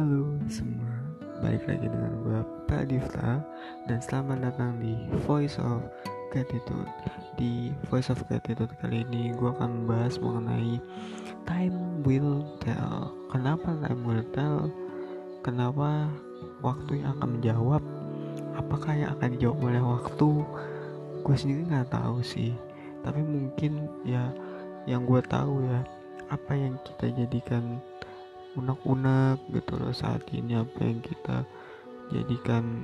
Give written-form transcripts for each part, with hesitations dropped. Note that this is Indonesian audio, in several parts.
Halo semua, balik lagi dengan gue Pradifta dan selamat datang di Voice of Gratitude. Di Voice of Gratitude kali ini gue akan membahas mengenai time will tell. Kenapa time will tell? Kenapa waktu yang akan menjawab? Apakah yang akan dijawab oleh waktu? Gue sendiri nggak tahu sih, tapi mungkin ya yang gue tahu ya, apa yang kita jadikan unek-unek gitu loh saat ini, apa yang kita jadikan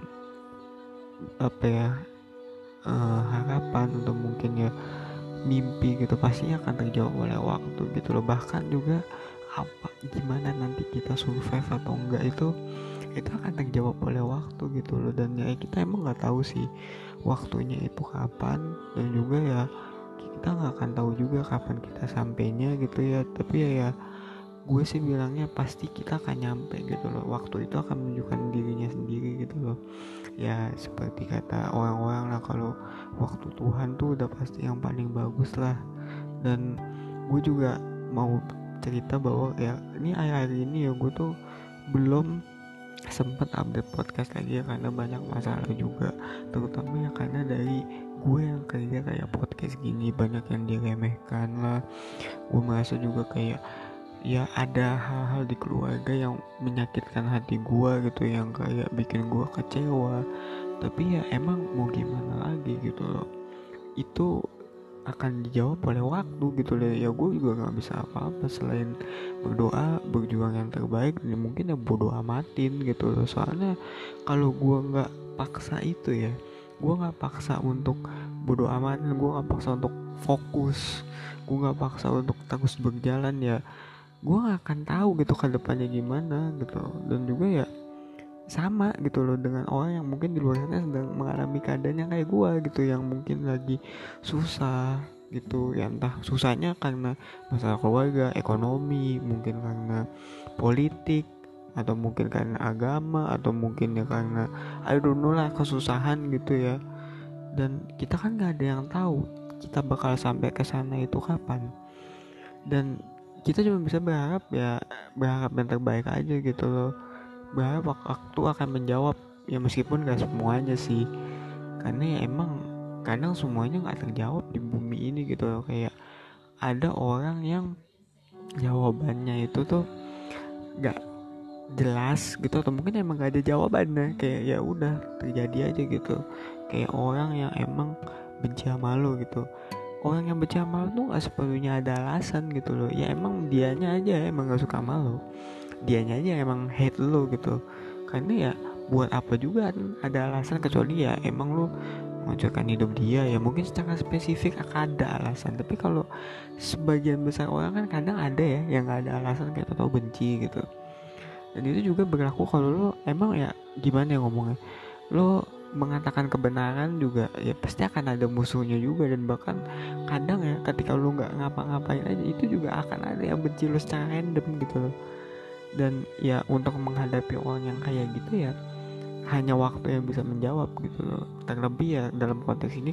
harapan atau mungkin ya mimpi gitu, pasti akan terjawab oleh waktu gitu loh. Bahkan juga apa gimana nanti kita survive atau enggak itu akan terjawab oleh waktu gitu loh. Dan ya kita emang nggak tahu sih waktunya itu kapan, dan juga ya kita nggak akan tahu juga kapan kita sampainya gitu ya. Tapi ya gue sih bilangnya pasti kita akan nyampe gitu loh. Waktu itu akan menunjukkan dirinya sendiri gitu loh. Ya seperti kata orang-orang lah, kalau waktu Tuhan tuh udah pasti yang paling bagus lah. Dan gue juga mau cerita bahwa ya ini akhir-akhir ini ya gue tuh belum sempet update podcast lagi ya, karena banyak masalah juga, terutama ya karena dari gue yang kerja kayak podcast gini banyak yang diremehkan lah. Gue merasa juga kayak ya ada hal-hal di keluarga yang menyakitkan hati gue gitu, yang kayak bikin gue kecewa. Tapi ya emang mau gimana lagi gitu loh, itu akan dijawab oleh waktu gitu loh. Ya gue juga gak bisa apa-apa selain berdoa, berjuang yang terbaik, dan mungkin ya bodo amatin gitu loh. Soalnya kalau gue gak paksa itu ya, gue gak paksa untuk bodo amatin, gue gak paksa untuk fokus, gue gak paksa untuk terus berjalan, ya gue gak akan tahu gitu ke depannya gimana gitu. Dan juga ya sama gitu loh dengan orang yang mungkin di luar sana sedang mengalami keadaan yang kayak gue gitu, yang mungkin lagi susah gitu ya, entah susahnya karena masalah keluarga, ekonomi, mungkin karena politik, atau mungkin karena agama, atau mungkin ya karena I don't know lah, kesusahan gitu ya. Dan kita kan gak ada yang tahu kita bakal sampai ke sana itu kapan, dan kita cuma bisa berharap yang terbaik aja gitu loh. Berharap waktu akan menjawab ya, meskipun gak semuanya sih, karena ya emang kadang semuanya gak terjawab di bumi ini gitu loh. Kayak ada orang yang jawabannya itu tuh gak jelas gitu, atau mungkin emang gak ada jawabannya, kayak ya udah terjadi aja gitu. Kayak orang yang emang benci sama lo gitu. Orang yang benci sama lo tuh gak sepenuhnya ada alasan gitu loh. Ya emang dianya aja emang gak suka sama lo, dianya aja emang hate lo gitu. Karena ya buat apa juga ada alasan, kecuali ya emang lo menghancurkan hidup dia, ya mungkin secara spesifik akan ada alasan. Tapi kalau sebagian besar orang kan kadang ada ya yang gak ada alasan, kayak tau benci gitu. Dan itu juga berlaku kalau lo emang ya gimana ya ngomongnya, lo mengatakan kebenaran juga ya pasti akan ada musuhnya juga. Dan bahkan kadang ya ketika lu nggak ngapa-ngapain aja, itu juga akan ada yang benci lu secara random gitu loh. Dan ya untuk menghadapi orang yang kayak gitu ya hanya waktu yang bisa menjawab gitu loh. Terlebih ya dalam konteks ini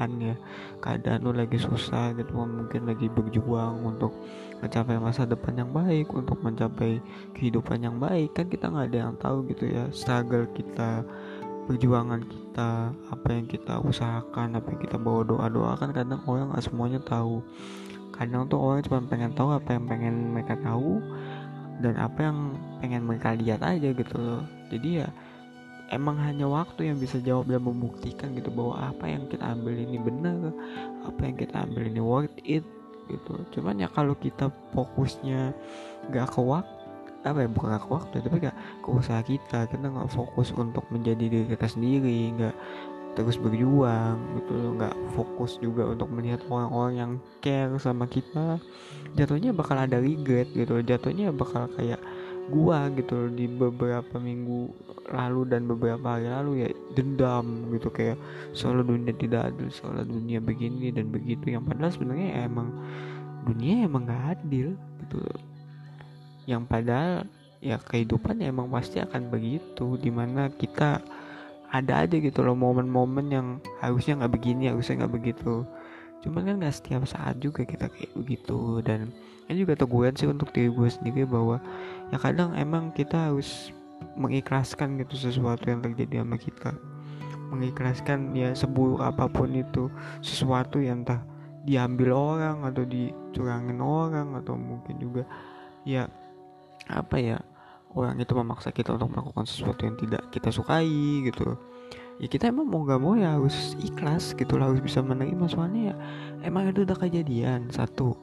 keadaan lu lagi susah gitu, mungkin lagi berjuang untuk mencapai masa depan yang baik, untuk mencapai kehidupan yang baik. Kan kita nggak ada yang tahu gitu ya struggle kita, perjuangan kita, apa yang kita usahakan, apa yang kita bawa doa kan kadang orang gak semuanya tahu. Kadang tuh orang cuma pengen tahu apa yang pengen mereka tahu, dan apa yang pengen mereka lihat aja gitu loh. Jadi ya emang hanya waktu yang bisa jawab dan membuktikan gitu bahwa apa yang kita ambil ini benar, apa yang kita ambil ini worth it gitu. Cuman ya kalau kita fokusnya gak ke waktu, bukan gak ke waktu tapi gak ke usaha kita gak fokus untuk menjadi diri kita sendiri, gak terus berjuang gitu loh, gak fokus juga untuk melihat orang-orang yang care sama kita, jatuhnya bakal ada regret gitu loh. Jatuhnya bakal kayak gua gitu loh, di beberapa minggu lalu dan beberapa hari lalu ya dendam gitu, kayak soal dunia tidak adil, soal dunia begini dan begitu, yang padahal sebenarnya emang dunia emang gak adil gitu loh. Yang padahal ya kehidupan ya emang pasti akan begitu, dimana kita ada aja gitu loh momen-momen yang harusnya nggak begini, harusnya nggak begitu. Cuman kan gak setiap saat juga kita kayak begitu. Dan ini juga teguran sih untuk diri gue sendiri bahwa ya kadang emang kita harus mengikhlaskan gitu sesuatu yang terjadi sama kita, mengikhlaskan ya seburuk apapun itu sesuatu yang entah diambil orang atau dicurangin orang, atau mungkin juga ya apa ya, orang itu memaksa kita untuk melakukan sesuatu yang tidak kita sukai gitu. Ya kita emang mau gak mau ya harus ikhlas gitu lah, harus bisa menerima, soalnya ya emang itu udah kejadian. Satu,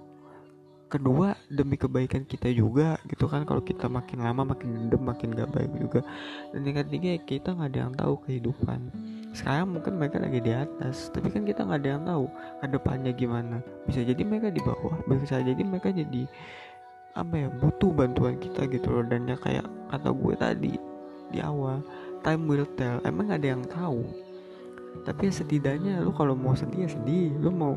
kedua demi kebaikan kita juga gitu kan. Kalau kita makin lama makin dendam makin gak baik juga. Dan yang ketiga, kita nggak ada yang tahu kehidupan sekarang. Mungkin mereka lagi di atas, tapi kan kita nggak ada yang tahu ke depannya gimana. Bisa jadi mereka di bawah, bisa jadi mereka jadi apa ya, butuh bantuan kita gitu loh. Dan ya kayak kata gue tadi di awal, time will tell. Emang gak ada yang tahu, tapi ya setidaknya lu kalau mau sedih ya sedih, lu mau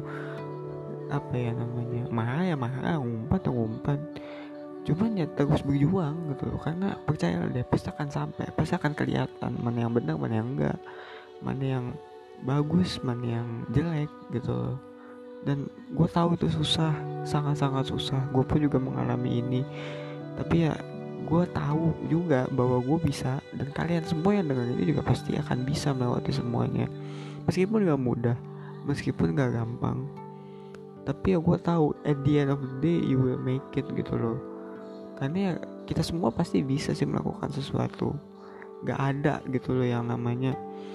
apa ya namanya, marah ya marah, ngumpat ya ngumpat. Cuman ya terus berjuang gitu loh, karena percaya deh pasti akan sampai, pasti akan kelihatan mana yang benar mana yang enggak, mana yang bagus mana yang jelek gitu loh. Dan gue tahu itu susah, sangat-sangat susah. Gue pun juga mengalami ini, tapi ya gue tahu juga bahwa gue bisa, dan kalian semua yang dengar ini juga pasti akan bisa melewati semuanya. Meskipun gak mudah, meskipun gak gampang, tapi ya gue tahu at the end of the day you will make it gitu loh. Karena ya kita semua pasti bisa sih melakukan sesuatu. Gak ada gitu loh yang namanya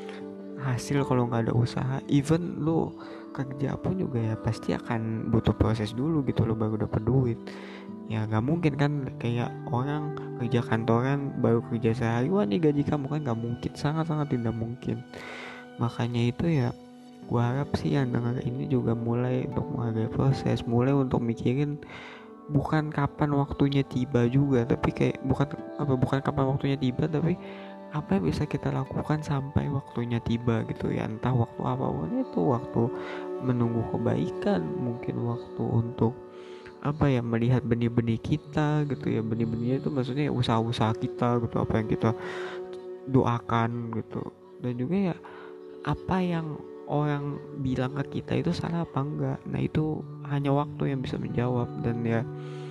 hasil kalau nggak ada usaha. Even lo kerja pun juga ya pasti akan butuh proses dulu gitu loh baru dapat duit. Ya nggak mungkin kan kayak orang kerja kantoran baru kerja sehari wah nih gaji kamu, kan nggak mungkin, sangat-sangat tidak mungkin. Makanya itu ya gue harap sih yang dengar ini juga mulai untuk menghargai proses, mulai untuk mikirin bukan kapan waktunya tiba juga, tapi kayak bukan kapan waktunya tiba, tapi apa yang bisa kita lakukan sampai waktunya tiba gitu ya. Entah waktu apapun itu, waktu menunggu kebaikan, mungkin waktu untuk apa ya, melihat benih-benih kita gitu ya. Benih-benihnya itu maksudnya ya usaha-usaha kita gitu, apa yang kita doakan gitu. Dan juga ya apa yang orang bilang ke kita itu salah apa enggak, nah itu hanya waktu yang bisa menjawab. Dan ya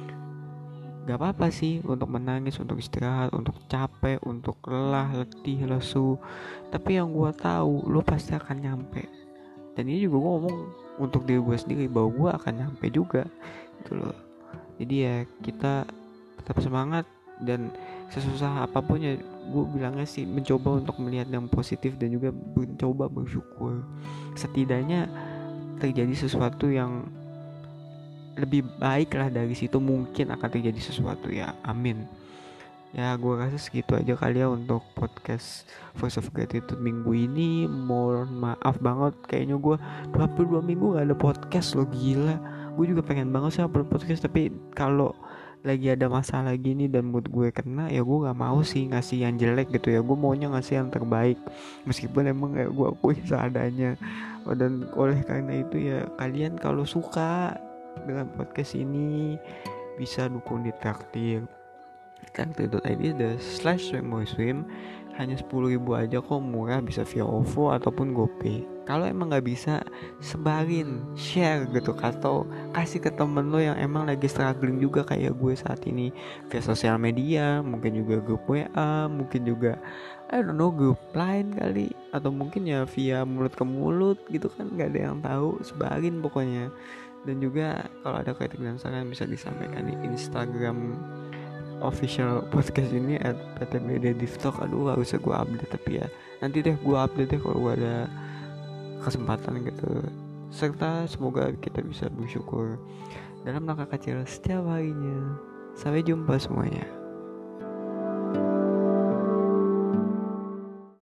gak apa-apa sih untuk menangis, untuk istirahat, untuk capek, untuk lelah, letih, lesu, tapi yang gue tahu lo pasti akan nyampe. Dan ini juga gue ngomong untuk diri gue sendiri bahwa gue akan nyampe juga gitu loh. Jadi ya kita tetap semangat, dan sesusah apapun ya gue bilangnya sih mencoba untuk melihat yang positif dan juga mencoba bersyukur. Setidaknya terjadi sesuatu yang lebih baik lah dari situ, mungkin akan terjadi sesuatu ya, amin. Ya gue rasa segitu aja kali ya untuk podcast Voice of Gratitude minggu ini. Mohon maaf banget, kayaknya gue 22 minggu gak ada podcast lo, gila. Gue juga pengen banget sih upload podcast, tapi kalau lagi ada masalah gini dan mood gue kena ya gue gak mau sih ngasih yang jelek gitu ya. Gue maunya ngasih yang terbaik, meskipun emang kayak gue akui seadanya. Dan oleh karena itu ya kalian kalau suka dengan podcast ini bisa dukung di traktir traktir.id/swim. Hanya 10.000 aja kok, murah, bisa via OVO ataupun GoPay. Kalau emang gak bisa, sebarin, share gitu, atau kasih ke temen lo yang emang lagi struggling juga kayak gue saat ini, via sosial media, mungkin juga grup WA, mungkin juga I don't know, grup lain kali, atau mungkin ya via mulut ke mulut gitu kan, gak ada yang tahu. Sebarin pokoknya. Dan juga kalau ada kritik dan saran bisa disampaikan di Instagram official podcast ini @ptbddivtalk. Aduh gak usah gue update, tapi ya nanti deh gue update deh kalau gue ada kesempatan gitu. Serta semoga kita bisa bersyukur dalam langkah kecil setiap harinya. Sampai jumpa semuanya.